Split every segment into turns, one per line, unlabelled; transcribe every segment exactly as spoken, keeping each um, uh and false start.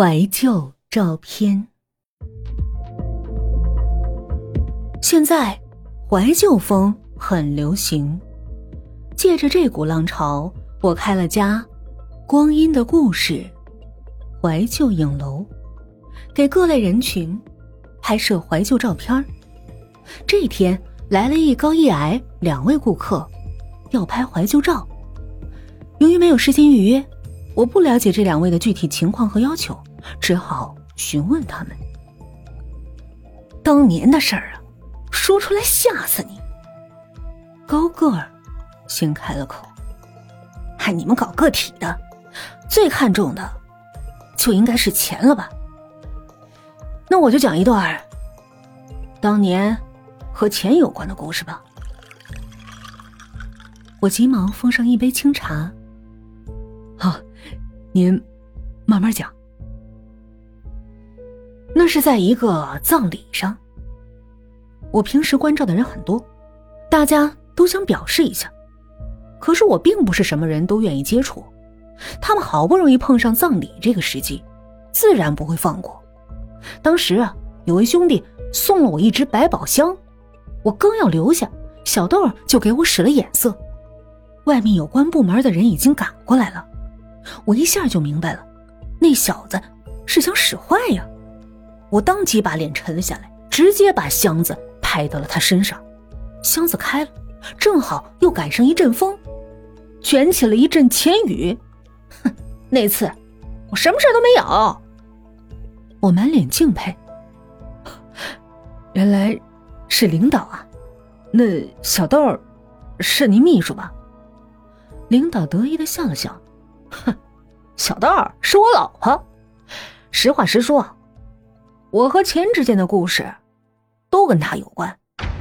怀旧照片。现在怀旧风很流行，借着这股浪潮，我开了家光阴的故事怀旧影楼，给各类人群拍摄怀旧照片。这一天来了一高一矮两位顾客，要拍怀旧照。由于没有事先预约，我不了解这两位的具体情况和要求，只好询问他们。当年的事儿啊，说出来吓死你。高个儿先开了口。嗨，你们搞个体的，最看重的就应该是钱了吧？那我就讲一段当年和钱有关的故事吧。我急忙奉上一杯清茶。好，您慢慢讲。那是在一个葬礼上，我平时关照的人很多，大家都想表示一下，可是我并不是什么人都愿意接触，他们好不容易碰上葬礼这个时机，自然不会放过。当时啊，有位兄弟送了我一只百宝箱，我刚要留下，小豆儿就给我使了眼色。外面有关部门的人已经赶过来了，我一下就明白了，那小子是想使坏呀。我当即把脸沉了下来，直接把箱子拍到了他身上。箱子开了，正好又赶上一阵风，卷起了一阵钱雨。哼，那次我什么事都没有。我满脸敬佩。原来是领导啊，那小豆儿是您秘书吧？领导得意地笑了笑。哼，小豆儿是我老婆。实话实说，我和钱之间的故事都跟他有关。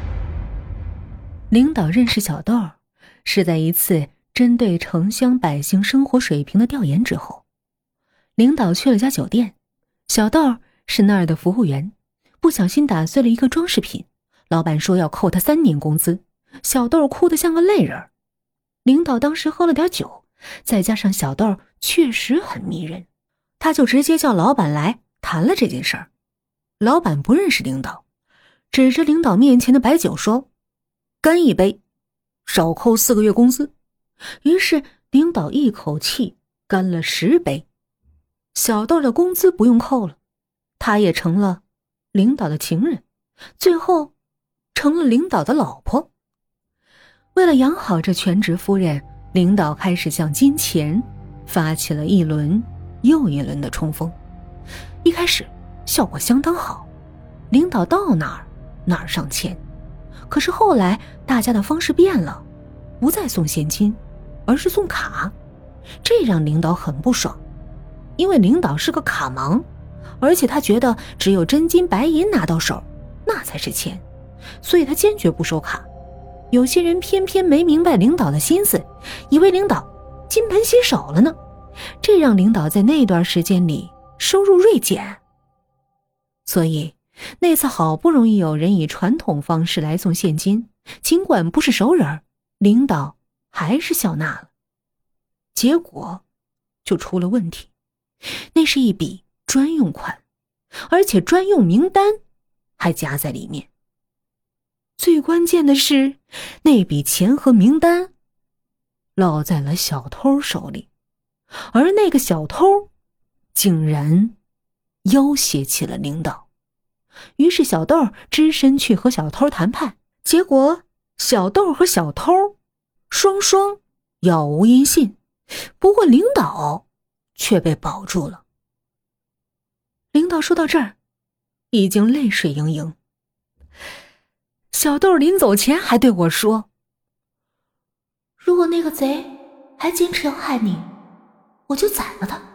领导认识小豆儿是在一次针对城乡百姓生活水平的调研之后，领导去了家酒店，小豆儿是那儿的服务员，不小心打碎了一个装饰品，老板说要扣他三年工资，小豆儿哭得像个泪人。领导当时喝了点酒，再加上小豆儿确实很迷人，他就直接叫老板来谈了这件事儿。老板不认识领导，指着领导面前的白酒说，干一杯，少扣四个月工资。于是领导一口气干了十杯，小豆的工资不用扣了，他也成了领导的情人，最后成了领导的老婆。为了养好这全职夫人，领导开始向金钱发起了一轮又一轮的冲锋。一开始效果相当好，领导到哪儿哪儿上钱。可是后来大家的方式变了，不再送现金，而是送卡，这让领导很不爽。因为领导是个卡盲，而且他觉得只有真金白银拿到手，那才是钱，所以他坚决不收卡。有些人偏偏没明白领导的心思，以为领导金盆洗手了呢，这让领导在那段时间里收入锐减。所以那次好不容易有人以传统方式来送现金，尽管不是熟人，领导还是笑纳了。结果就出了问题，那是一笔专用款，而且专用名单还夹在里面。最关键的是，那笔钱和名单落在了小偷手里，而那个小偷竟然要挟起了领导。于是小豆只身去和小偷谈判，结果小豆和小偷双双杳无音信，不过领导却被保住了。领导说到这儿已经泪水盈盈，小豆临走前还对我说，如果那个贼还坚持要害你，我就宰了他。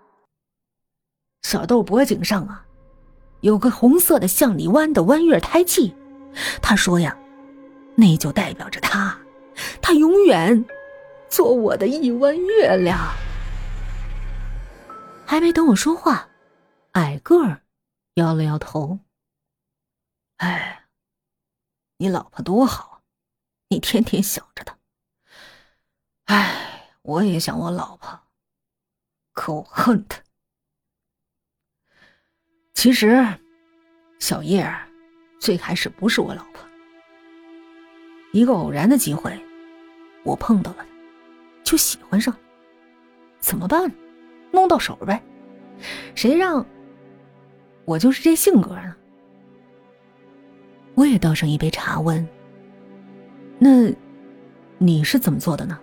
小豆脖颈上啊有个红色的像里弯的弯月胎记，他说呀，那就代表着他他永远做我的一弯月亮。还没等我说话，矮个儿摇了摇头。哎，你老婆多好，你天天想着她。哎，我也想我老婆，可我恨她。 其实小叶最开始不是我老婆，一个偶然的机会我碰到了她，就喜欢上了。怎么办？弄到手呗，谁让我就是这性格呢？我也倒上一杯茶问，那你是怎么做的呢？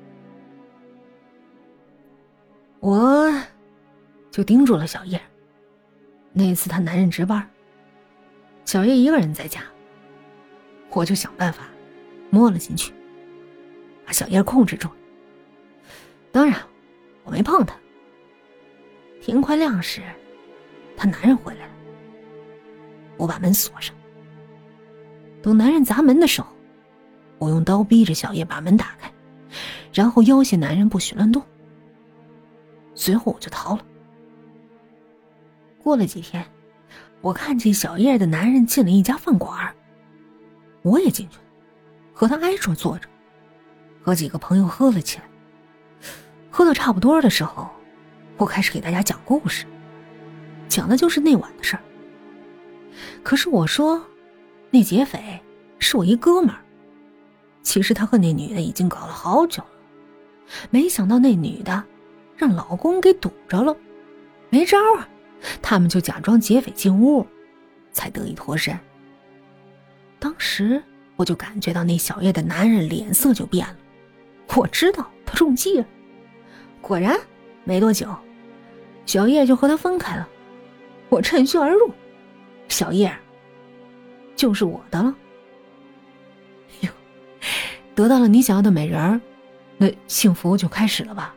我就盯住了小叶。那次她男人值班，小叶一个人在家，我就想办法摸了进去，把小叶控制住。当然我没碰她。天快亮时，她男人回来了，我把门锁上。等男人砸门的时候，我用刀逼着小叶把门打开，然后要挟男人不许乱动。随后我就逃了。过了几天，我看见小叶的男人进了一家饭馆，我也进去了，和他挨桌坐着，和几个朋友喝了起来。喝到差不多的时候，我开始给大家讲故事，讲的就是那晚的事儿。可是我说那劫匪是我一哥们儿，其实他和那女的已经搞了好久了，没想到那女的让老公给堵着了，没招啊，他们就假装劫匪进屋，才得以脱身。当时我就感觉到那小叶的男人脸色就变了，我知道他中计了。果然没多久，小叶就和他分开了，我趁虚而入，小叶就是我的了。哟，得到了你想要的美人儿，那幸福就开始了吧？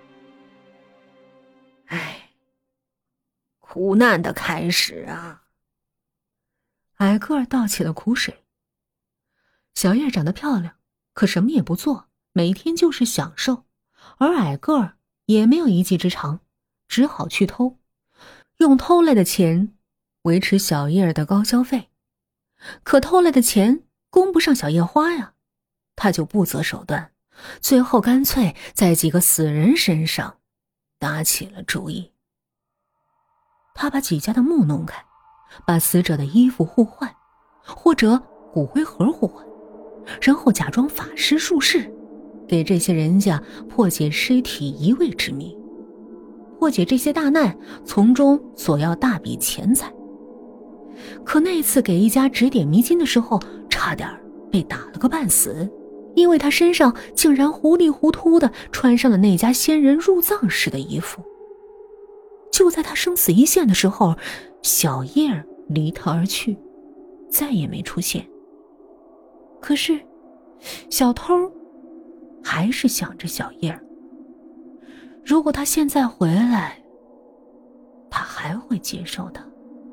唉，苦难的开始啊！矮个儿倒起了苦水。小叶长得漂亮，可什么也不做，每天就是享受，而矮个儿也没有一技之长，只好去偷，用偷来的钱维持小叶的高消费。可偷来的钱供不上小叶花呀，他就不择手段，最后干脆在几个死人身上打起了主意。他把几家的墓弄开，把死者的衣服互换，或者骨灰盒互换，然后假装法师术士，给这些人家破解尸体移位之谜，破解这些大难，从中索要大笔钱财。可那次给一家指点迷津的时候，差点被打了个半死，因为他身上竟然糊里糊涂地穿上了那家仙人入葬时的衣服。就在他生死一线的时候，小叶离他而去，再也没出现。可是小偷还是想着小叶，如果他现在回来，他还会接受的。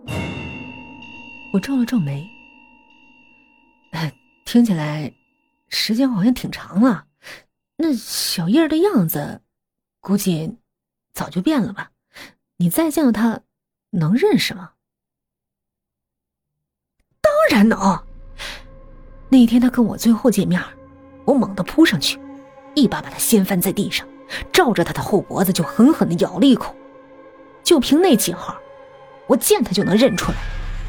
我皱了皱眉，哎，听起来时间好像挺长了，那小叶的样子估计早就变了吧？你再见到他能认识吗？当然能。那天他跟我最后见面，我猛地扑上去，一把把他掀翻在地上，照着他的后脖子就狠狠地咬了一口。就凭那记号，我见他就能认出来。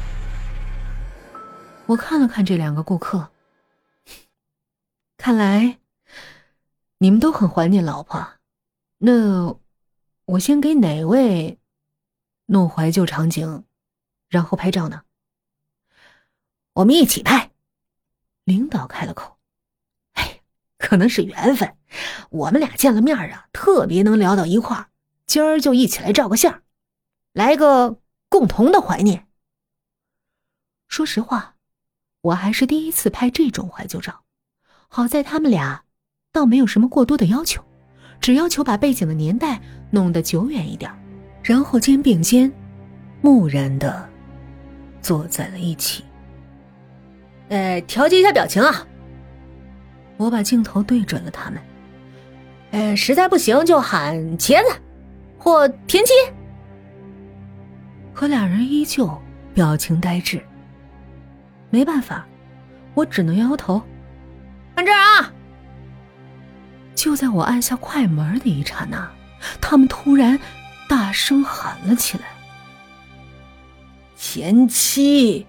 我看了看这两个顾客，看来你们都很怀念老婆。那我先给哪位弄怀旧场景，然后拍照呢？我们一起拍。领导开了口。哎，可能是缘分，我们俩见了面啊，特别能聊到一块儿，今儿就一起来照个相，来个共同的怀念。说实话，我还是第一次拍这种怀旧照，好在他们俩倒没有什么过多的要求，只要求把背景的年代弄得久远一点，然后肩并肩木然地坐在了一起。呃，调节一下表情啊！我把镜头对准了他们。呃，实在不行就喊茄子或田七。可俩人依旧表情呆滞。没办法，我只能摇摇头。看这儿啊！就在我按下快门的一刹那，他们突然大声喊了起来：
贤妻。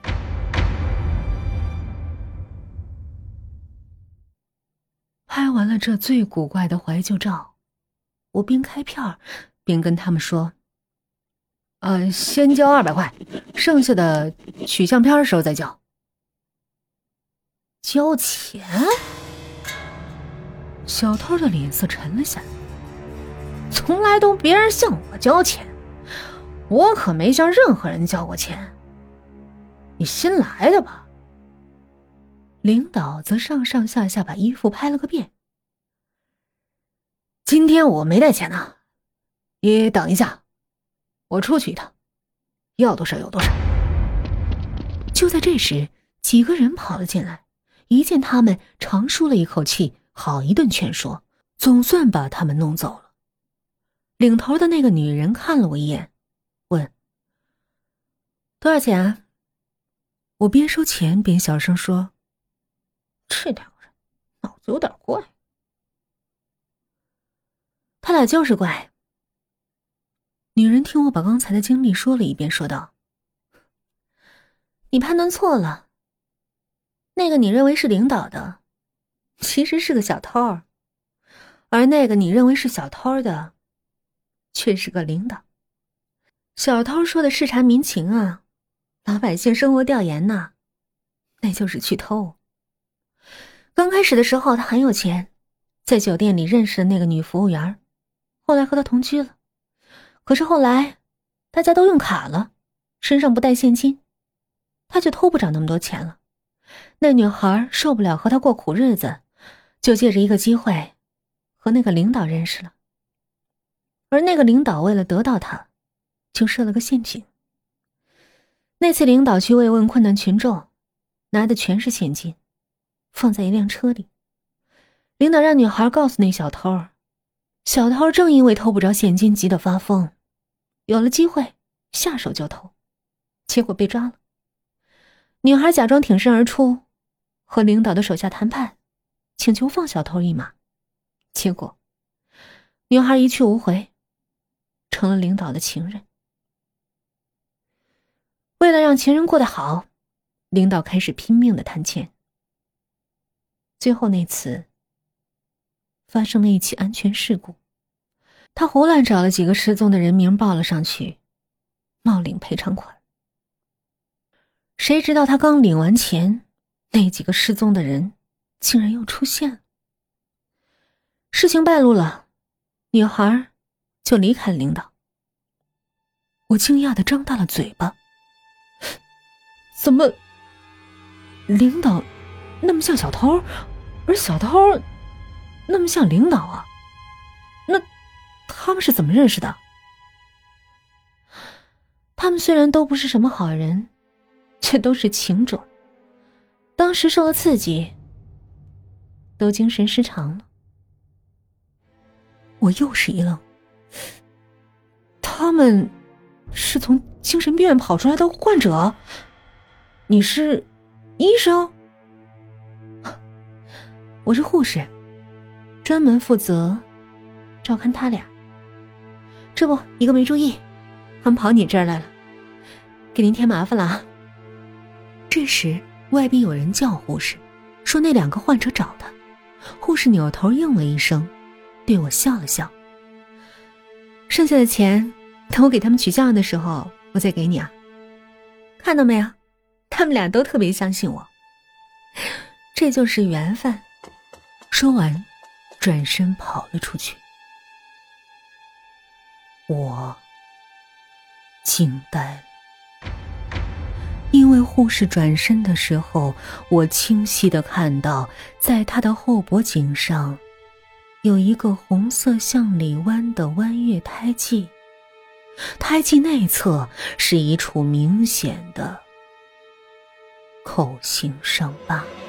拍完了这最古怪的怀旧照，我边开片边跟他们说：
呃，先交二百块，剩下的取相片的时候再交。
交钱？小偷的脸色沉了下来。
从来都别人向我交钱，我可没向任何人交过钱。你新来的吧？
领导则上上下下把衣服拍了个遍。
今天我没带钱呢，你等一下，我出去一趟，要多少有多少。
就在这时，几个人跑了进来，一见他们，长舒了一口气，好一顿劝说，总算把他们弄走了。领头的那个女人看了我一眼，问：多少钱啊？我边收钱边小声说：
这两个人脑子有点怪。
他俩就是怪。女人听我把刚才的经历说了一遍，说道：你判断错了，那个你认为是领导的，其实是个小偷，而那个你认为是小偷的，却是个领导。小偷说的视察民情啊，老百姓生活调研呐，那就是去偷。刚开始的时候他很有钱，在酒店里认识的那个女服务员，后来和他同居了。可是后来大家都用卡了，身上不带现金，他就偷不着那么多钱了。那女孩受不了和他过苦日子，就借着一个机会和那个领导认识了。而那个领导为了得到他，就设了个陷阱。那次领导去慰问困难群众，拿的全是现金，放在一辆车里。领导让女孩告诉那小偷，小偷正因为偷不着现金急得发疯，有了机会下手就偷，结果被抓了。女孩假装挺身而出，和领导的手下谈判，请求放小偷一马，结果女孩一去无回，成了领导的情人。为了让情人过得好，领导开始拼命的谈钱。最后那次发生了一起安全事故，他胡乱找了几个失踪的人名报了上去，冒领赔偿款。谁知道他刚领完钱，那几个失踪的人竟然又出现了。事情败露了，女孩就离开了领导。我惊讶地张大了嘴巴，
怎么
领导那么像小偷，而小偷那么像领导啊？那他们是怎么认识的？他们虽然都不是什么好人，却都是情种，当时受了刺激，都精神失常了。我又是一愣，他们是从精神病院跑出来的患者？你是医生？我是护士，专门负责照看他俩。这不，一个没注意，他们跑你这儿来了，给您添麻烦了啊。这时外边有人叫护士，说那两个患者找他。护士扭头应了一声，对我笑了笑。剩下的钱等我给他们取项的时候我再给你啊。看到没有，他们俩都特别相信我，这就是缘分。说完转身跑了出去。我惊呆了，因为护士转身的时候，我清晰地看到在她的后脖颈上有一个红色向里弯的弯月胎记，胎记内侧是一处明显的口形伤疤。